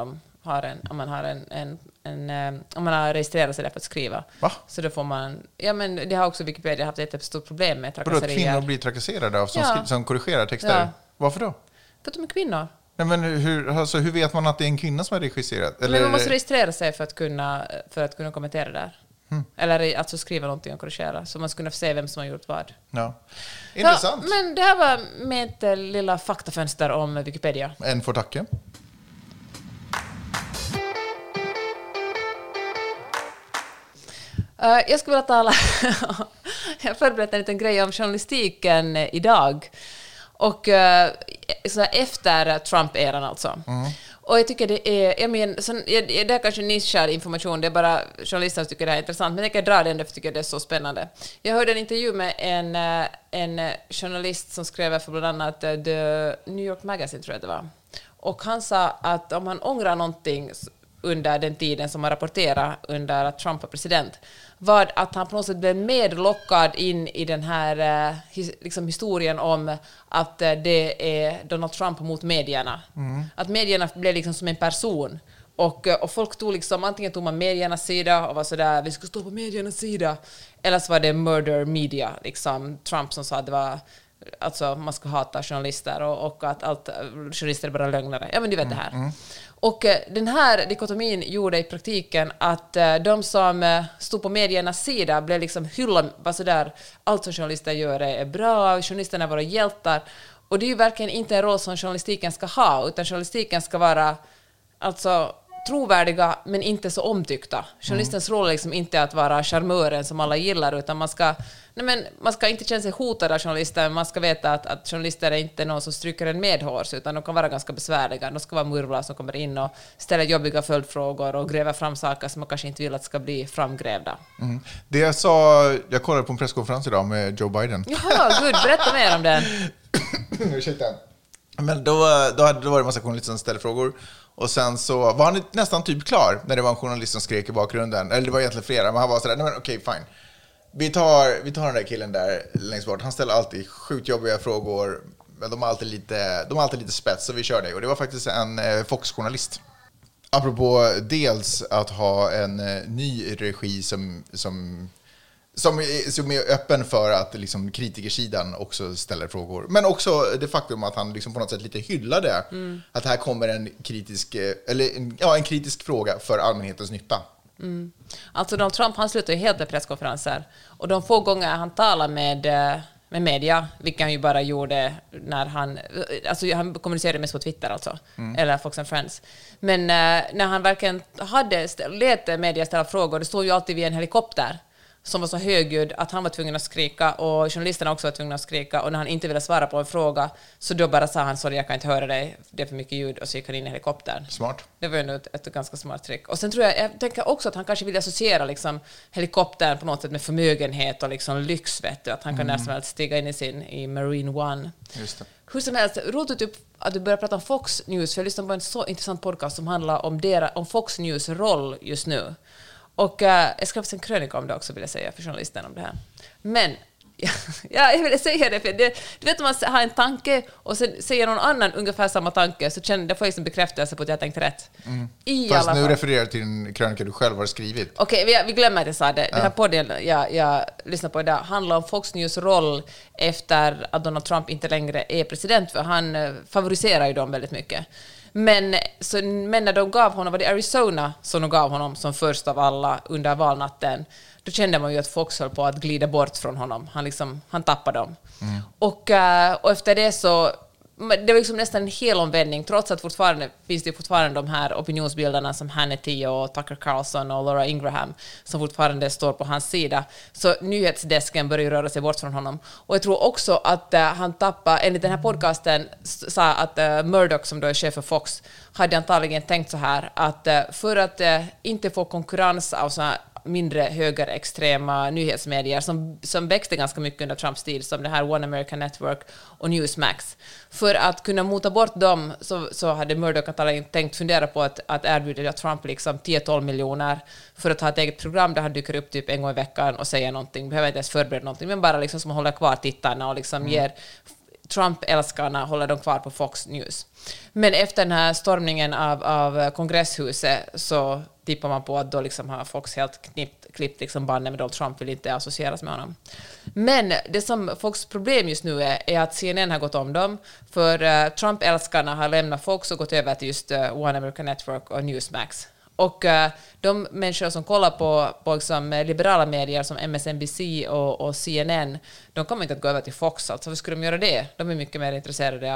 man har registrerat sig där för att skriva. Va? Så då får man, men det har också Wikipedia haft ett stort problem med trakasserier. Vadå, att kvinnor blir trakasserade av som korrigerar texter? Ja. Varför då? För att de är kvinnor. Nej, men hur vet man att det är en kvinna som har regisserat? Eller Men man måste registrera sig för att kunna kommentera där. Eller alltså skriva någonting och korrigera. Så man ska kunna se vem som har gjort vad. Ja. Intressant. Ja, men det här var mitt lilla faktafönster om Wikipedia. En får tacka. Jag skulle vilja tala... jag förberedde en liten grej om journalistiken idag. Och så efter Trump-eran alltså. Och jag tycker det är... det är kanske nischad information, det är bara journalister som tycker det här är intressant. Men jag kan dra den därför tycker jag det är så spännande. Jag hörde en intervju med en journalist som skrev för bland annat The New York Magazine, tror jag det var. Och han sa att om han ångrar någonting under den tiden som han rapporterade under att Trump var president, var att han på något sätt blev medlockad in i den här liksom historien om att det är Donald Trump mot medierna. Att medierna blev liksom som en person. Och folk tog liksom, antingen tog man mediernas sida och var sådär, vi ska stå på mediernas sida. Eller så var det murder media, liksom Trump som sa att det var, alltså man ska hata journalister och att journalister är bara lögnare. Ja, men du vet det här. Och den här dikotomin gjorde i praktiken att de som stod på mediernas sida blev liksom hyllade, var sådär, allt som journalister gör är bra, journalisterna är våra hjältar. Och det är ju verkligen inte en roll som journalistiken ska ha, utan journalistiken ska vara alltså trovärdiga men inte så omtyckta. Journalistens roll är liksom inte att vara charmören som alla gillar, utan man ska inte känna sig hotad av journalister, man ska veta att journalister är inte någon som stryker en medhårs, utan de kan vara ganska besvärliga. De ska vara murvlar som kommer in och ställer jobbiga följdfrågor och gräver fram saker som man kanske inte vill att ska bli framgrävda. Det jag kollade på en presskonferens idag med Joe Biden. Jaha, gud, berätta mer om den. Ursäkta. Men då var det en massa journalister som ställde frågor. Och sen så var han nästan typ klar när det var en journalist som skrek i bakgrunden. Eller det var egentligen flera, men han var sådär, nej men okej, fine. Vi tar den där killen där längst bort. Han ställer alltid sjukt jobbiga frågor, men de har alltid lite spets, så vi kör det. Och det var faktiskt en Fox-journalist. Apropå dels att ha en ny regi som är öppen för att liksom kritikersidan också ställer frågor. Men också det faktum att han liksom på något sätt lite hyllade att här kommer en kritisk fråga för allmänhetens nytta. Alltså Donald Trump, han slutar ju helt med presskonferenser. Och de få gånger han talar med media, vilket han ju bara gjorde när han kommunicerade mest på Twitter alltså, eller Fox and Friends. Men när han verkligen lät media ställa frågor, det stod ju alltid vid en helikopter som var så högljudd att han var tvungen att skrika, och journalisterna också var tvungna att skrika, och när han inte ville svara på en fråga så då bara sa han, sorry, jag kan inte höra dig, det är för mycket ljud, och så gick han in i helikoptern. Smart. Det var ju ett ganska smart trick. Och sen tror jag tänker också att han kanske vill associera liksom helikoptern på något sätt med förmögenhet och liksom lyx, vet du, att han kan nästan stiga in i Marine One. Just det. Hur som helst, roligt att du börjar prata om Fox News, för jag lyssnade på en så intressant podcast som handlar om Fox News roll just nu. Och jag skrev en krönika om det också, vill jag säga, för journalisten om det här. Men jag vill säga det, för du vet, om man har en tanke och sen säger någon annan ungefär samma tanke, så känner det får liksom bekräftelse på att jag tänkte rätt. Fast nu refererar till en krönika du själv har skrivit. Okej, vi glömmer att jag sa det. Den här podden jag lyssnar på idag handlar om Fox News roll efter att Donald Trump inte längre är president, för han favoriserar ju dem väldigt mycket. Men när de gav honom, var det Arizona som de gav honom som först av alla under valnatten, då kände man ju att Fox höll på att glida bort från honom. Han tappade dem. Och efter det så det var liksom nästan en hel omvändning, trots att finns det fortfarande de här opinionsbildarna som Hannity och Tucker Carlson och Laura Ingraham som fortfarande står på hans sida. Så nyhetsdesken börjar röra sig bort från honom. Och jag tror också att han tappade, enligt den här podcasten sa att Murdoch, som då är chef för Fox, hade antagligen tänkt så här att för att inte få konkurrens av så mindre högerextrema nyhetsmedier som växte ganska mycket under Trumps tid, som det här One American Network och Newsmax. För att kunna mota bort dem så hade Murdoch antagligen tänkt fundera på att erbjuda Trump liksom 10-12 miljoner för att ha ett eget program där han dyker upp typ en gång i veckan och säger någonting, behöver inte ens förbereda någonting, men bara liksom som håller kvar tittarna och liksom ger Trump-älskarna, håller dem kvar på Fox News. Men efter den här stormningen av kongresshuset så tippar man på att då liksom har Fox helt klippt liksom banden med Donald Trump, vill inte associeras med honom. Men det som Fox problem just nu är att CNN har gått om dem, för Trump-älskarna har lämnat Fox och gått över till just One American Network och Newsmax. Och de människor som kollar på liksom liberala medier som MSNBC och CNN, de kommer inte att gå över till Fox. Alltså, hur skulle de göra det? De är mycket mer intresserade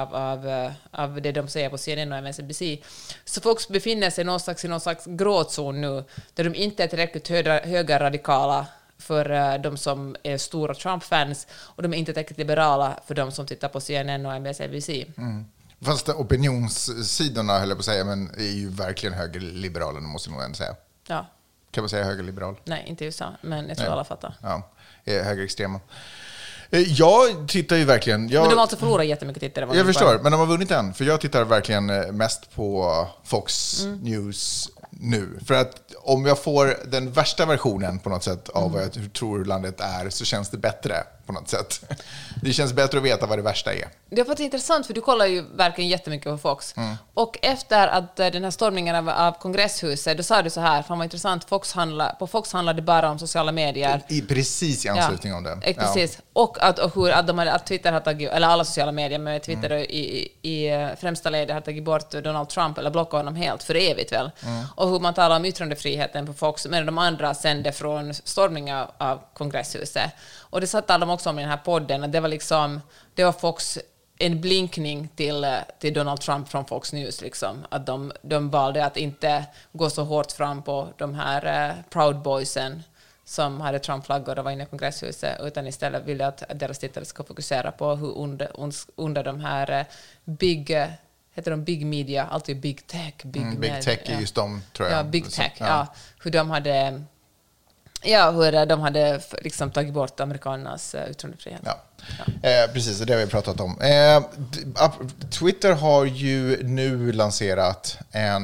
av det de säger på CNN och MSNBC. Så Fox befinner sig i någon slags gråzon nu, där de inte är tillräckligt högerradikala för de som är stora Trump-fans, och de är inte tillräckligt liberala för de som tittar på CNN och MSNBC. Fast opinionssidorna, höll jag på att säga, men är ju verkligen högerliberala, måste man nog säga. Ja. Kan man säga högerliberal? Nej, inte i USA, men jag tror alla fattar. Ja, högerextrema. Jag tittar ju verkligen... Men de har alltså förlorat jättemycket tittare. Jag förstår, men de har vunnit än. För jag tittar verkligen mest på Fox News nu. För att om jag får den värsta versionen på något sätt av vad jag tror landet är, så känns det bättre på något sätt. Det känns bättre att veta vad det värsta är. Det har varit intressant, för du kollar ju verkligen jättemycket på Fox. Och efter att den här stormningen av kongresshuset, då sa du så här, fan vad intressant, på Fox handlade bara om sociala medier. Precis i anslutning om det. Precis. Och att Twitter har tagit, eller alla sociala medier, med Twitter i främsta ledet har tagit bort Donald Trump, eller blockat honom helt för evigt väl. Och hur man talar om yttrandefriheten på Fox, medan de andra sände från stormningen av kongresshuset. Och det satt alla också om i den här podden, att det var Fox en blinkning till Donald Trump från Fox News. Liksom. Att de valde att inte gå så hårt fram på de här Proud Boysen som hade Trump-flaggor och var inne i kongresshuset, utan istället ville att deras tittare ska fokusera på hur under de här heter de big media, alltid big tech. Big tech är just de, tror jag. Ja, big tech. Ja. Hur de hade liksom tagit bort amerikanernas yttrandefrihet. Ja. Precis, det har vi pratat om. Twitter har ju nu lanserat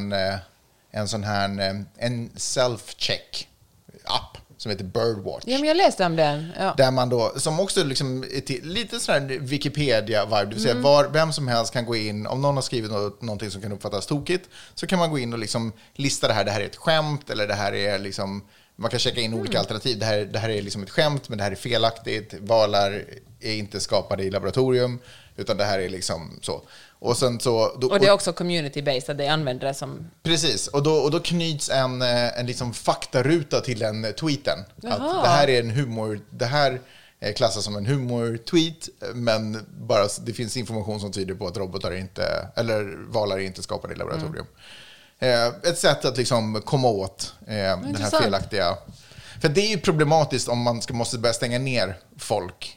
en sån här en self-check-app som heter Birdwatch. Ja, men jag läste om den. Ja. Där man då, som också liksom är lite sån här Wikipedia-vibe, det vill säga vem som helst kan gå in, om någon har skrivit någonting som kan uppfattas tokigt, så kan man gå in och liksom lista det här är ett skämt, eller det här är liksom, man kan checka in olika alternativ. Det här är liksom ett skämt, men det här är felaktigt. Valar är inte skapade i laboratorium, utan det här är liksom så. Och sen så... och det är också community-based, att det använder det som... Precis, och då knyts en liksom faktaruta till den tweeten. Att det här är en humor... Det här klassas som en humor-tweet, men bara det finns information som tyder på att robotar inte... Eller valar är inte skapade i laboratorium. Ett sätt att liksom komma åt den här felaktiga... För det är ju problematiskt om man måste börja stänga ner folk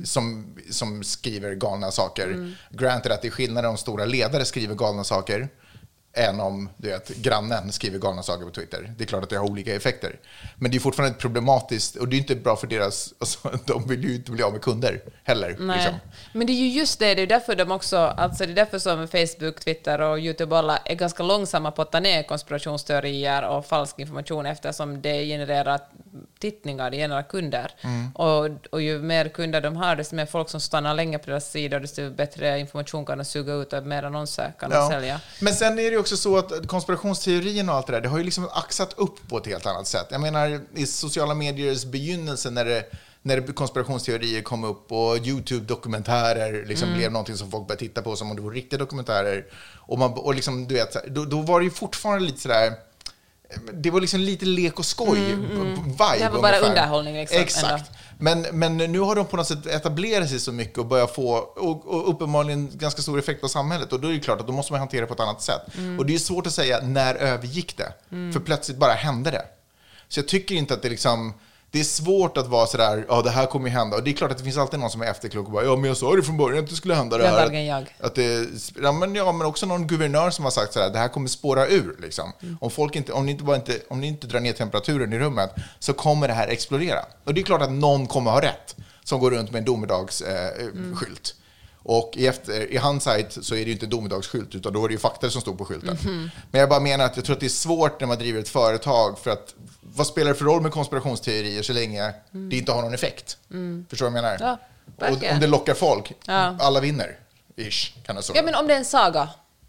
som skriver galna saker. Granted att det är skillnad om stora ledare skriver galna saker än om grannen skriver galna saker på Twitter. Det är klart att det har olika effekter. Men det är fortfarande problematiskt, och det är inte bra för deras... Alltså, de vill ju inte bli av med kunder heller. Nej. Liksom. Men det är ju just det är därför de också... Alltså det är därför som Facebook, Twitter och YouTube alla är ganska långsamma på att ta ner konspirationsteorier och falsk information, eftersom det genererar tittningar, det genererar kunder. Och ju mer kunder de har, desto mer folk som stannar länge på deras sida, desto bättre information kan de suga ut och mer annonser kan de sälja. Men sen är det också så att konspirationsteorin och allt det där, det har ju liksom axat upp på ett helt annat sätt. Jag menar, i sociala mediers begynnelse när konspirationsteorier kom upp och YouTube-dokumentärer liksom blev någonting som folk började titta på som om det var riktiga dokumentärer. Och liksom, du vet, då var det ju fortfarande lite sådär... Det var liksom lite lek och skoj vibe. Det var bara underhållning liksom. Exakt. Men nu har de på något sätt etablerat sig så mycket och börjar få och uppenbarligen ganska stor effekt på samhället, och då är det klart att då måste man hantera det på ett annat sätt. Och det är svårt att säga när övergick det. För plötsligt bara hände det. Så jag tycker inte att det liksom... Det är svårt att vara sådär, ja, det här kommer ju hända. Och det är klart att det finns alltid någon som är efterklok och bara, ja, men jag sa det från början att det skulle hända det här. Att det, men också någon guvernör som har sagt sådär, det här kommer spåra ur liksom. Om ni inte drar ner temperaturen i rummet, så kommer det här explodera. Och det är klart att någon kommer ha rätt som går runt med en domedagsskylt. Och i hindsight så är det ju inte domedagsskylt, utan då är det ju fakta som står på skylten. Men jag bara menar att jag tror att det är svårt när man driver ett företag, för att vad spelar det för roll med konspirationsteorier så länge det inte har någon effekt? Förstår du vad jag menar? Ja, och om det lockar folk, alla vinner. Kan det så. Ja, men om det är en saga.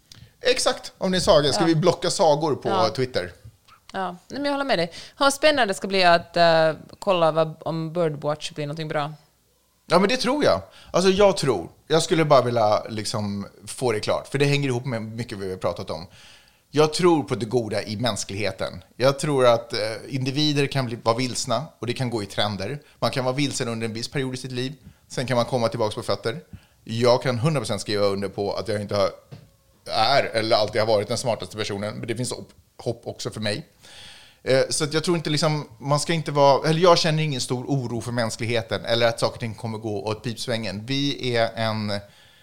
Exakt, om det är en saga. Ska vi blocka sagor på Twitter? Ja, men jag håller med dig. Hur spännande det ska bli att kolla om Birdwatch blir någonting bra. Ja, men det tror jag. Alltså jag skulle bara vilja liksom få det klart, för det hänger ihop med mycket vi har pratat om. Jag tror på det goda i mänskligheten. Jag tror att individer kan vara vilsna, och det kan gå i trender. Man kan vara vilsen under en viss period i sitt liv. Sen kan man komma tillbaka på fötter. Jag kan 100% skriva under på att jag inte är eller alltid har varit den smartaste personen. Men det finns hopp också för mig. Så att jag tror inte liksom, man ska inte vara, eller jag känner ingen stor oro för mänskligheten eller att saker och ting kommer gå åt pipsvängen. Vi är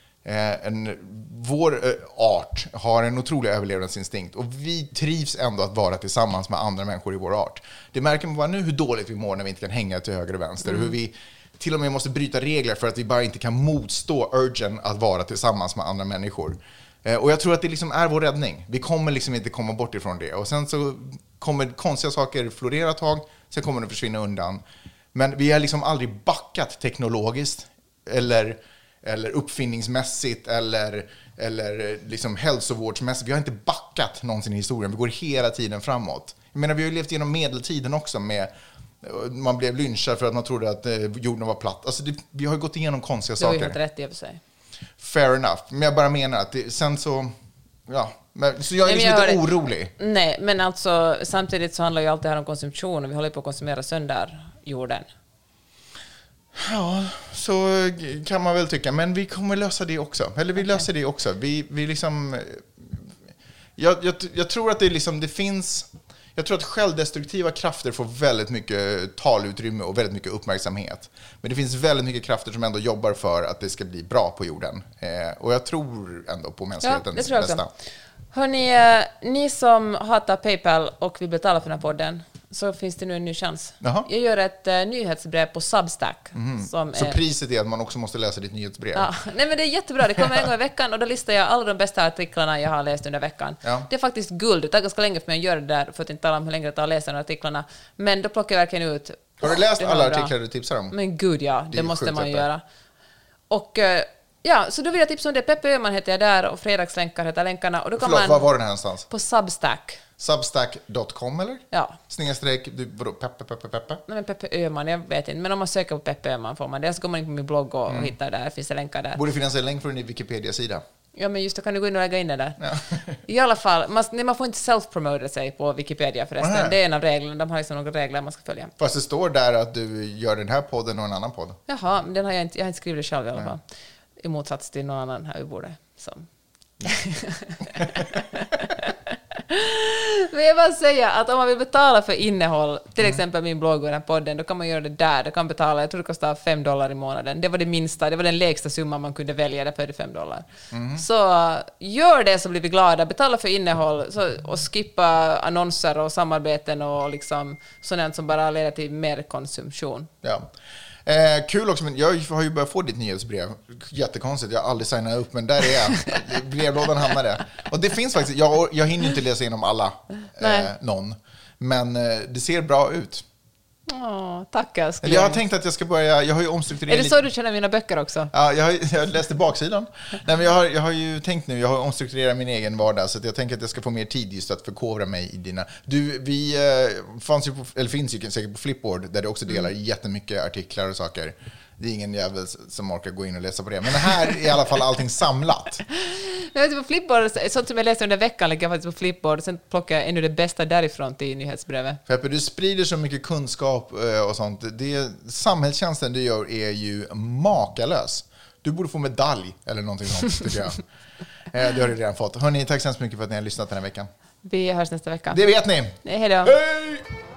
vår art har en otrolig överlevnadsinstinkt, och vi trivs ändå att vara tillsammans med andra människor i vår art. Det märker man bara nu hur dåligt vi mår när vi inte kan hänga till höger och vänster. Hur vi till och med måste bryta regler för att vi bara inte kan motstå urgen att vara tillsammans med andra människor. Och jag tror att det liksom är vår räddning. Vi kommer liksom inte komma bort ifrån det. Och sen så kommer konstiga saker florera ett tag, sen kommer de försvinna undan. Men vi har liksom aldrig backat teknologiskt eller uppfinningsmässigt eller liksom hälsovårdsmässigt. Vi har inte backat någonsin i historien. Vi går hela tiden framåt. Jag menar, vi har ju levt genom medeltiden också med... Man blev lynchad för att man trodde att jorden var platt. Alltså vi har ju gått igenom konstiga saker. Det har ju helt rätt i och för sig. Fair enough. Men jag bara menar att sen så... Ja, så jag är liksom lite orolig. Nej, men alltså samtidigt så handlar ju allt det här om konsumtion, och vi håller på att konsumera sönder jorden. Ja, så kan man väl tycka. Men vi kommer lösa det också. Eller vi löser det också. Vi liksom... Jag tror att det liksom, det finns... Jag tror att självdestruktiva krafter får väldigt mycket talutrymme och väldigt mycket uppmärksamhet. Men det finns väldigt mycket krafter som ändå jobbar för att det ska bli bra på jorden. Och jag tror ändå på mänsklighetens bästa. Hörrni, ni som hatar PayPal och vill betala för den här podden, så finns det nu en ny chans. Jaha. Jag gör ett nyhetsbrev på Substack. Så priset är att man också måste läsa ditt nyhetsbrev? Ja. Nej, men det är jättebra. Det kommer en gång i veckan och då listar jag alla de bästa artiklarna jag har läst under veckan. Ja. Det är faktiskt guld. Det tar ganska länge för mig att göra det där, för att inte tala om hur länge det tar att läsa de artiklarna. Men då plockar jag verkligen ut... Har du läst alla artiklar du tipsar om? Men gud, ja. Det måste man göra. Och... ja, så då vill jag tipsa om det. Peppe Öhman heter jag där och fredagslänkar heter länkarna. Och då kan var var den här någonstans? På Substack. Substack.com eller? Ja. Snedstreck, vadå, Peppe? Nej, men Peppe Öhman, jag vet inte. Men om man söker på Peppe Öhman får man det. Så går man in på min blogg och hittar där. Finns det länkar där. Borde finnas en länk från din Wikipedia-sida. Ja, men just då kan du gå in och lägga in det där. Ja. I alla fall, man får inte self-promota sig på Wikipedia förresten. Aha. Det är en av reglerna. De har liksom några regler man ska följa. Fast det står där att du gör den här podden och en annan podd. Jaha, men jag har inte skrivit det själv i alla fall. I motsats till någon annan här i bordet. Som... Men jag bara säga att om man vill betala för innehåll, till exempel min blogg och den här podden, då kan man göra det där. Du kan betala, jag tror det kostar $5 i månaden. Det var det minsta, det var den lägsta summan man kunde välja, där för det $5. Så gör det, så blir vi glada. Betala för innehåll och skippa annonser och samarbeten och liksom sådant som bara leder till mer konsumtion. Ja. Kul också, men jag har ju börjat få ditt nyhetsbrev. Jättekonstigt, jag har aldrig signat upp, men där är jag. Brevlådan hamnade. Och det finns faktiskt, jag hinner inte läsa igenom alla, någon. Men det ser bra ut. Tack, älskling. Jag har tänkt att jag ska börja, jag har ju omstrukturerat. Är det så du känner mina böcker också? Ja, jag läste baksidan. Nej, men jag har ju tänkt nu, jag har omstrukturerat min egen vardag, så att jag tänker att jag ska få mer tid just att förkovra mig i dina. Vi finns ju säkert på Flipboard, där du också delar jättemycket artiklar och saker. Det är ingen jävel som orkar gå in och läsa på det. Men här är i alla fall allting samlat. Jag vet, på Flipboard, sånt som jag läste under veckan, lägger jag faktiskt på Flipboard, och sen plockar jag ännu det bästa därifrån till nyhetsbrevet. Peppe, du sprider så mycket kunskap och sånt. Samhällstjänsten du gör är ju makalös. Du borde få medalj eller någonting sånt, tycker jag. Det har du redan fått. Hörrni, tack så mycket för att ni har lyssnat den här veckan. Vi hörs nästa vecka. Det vet ni. Hej då. Hej!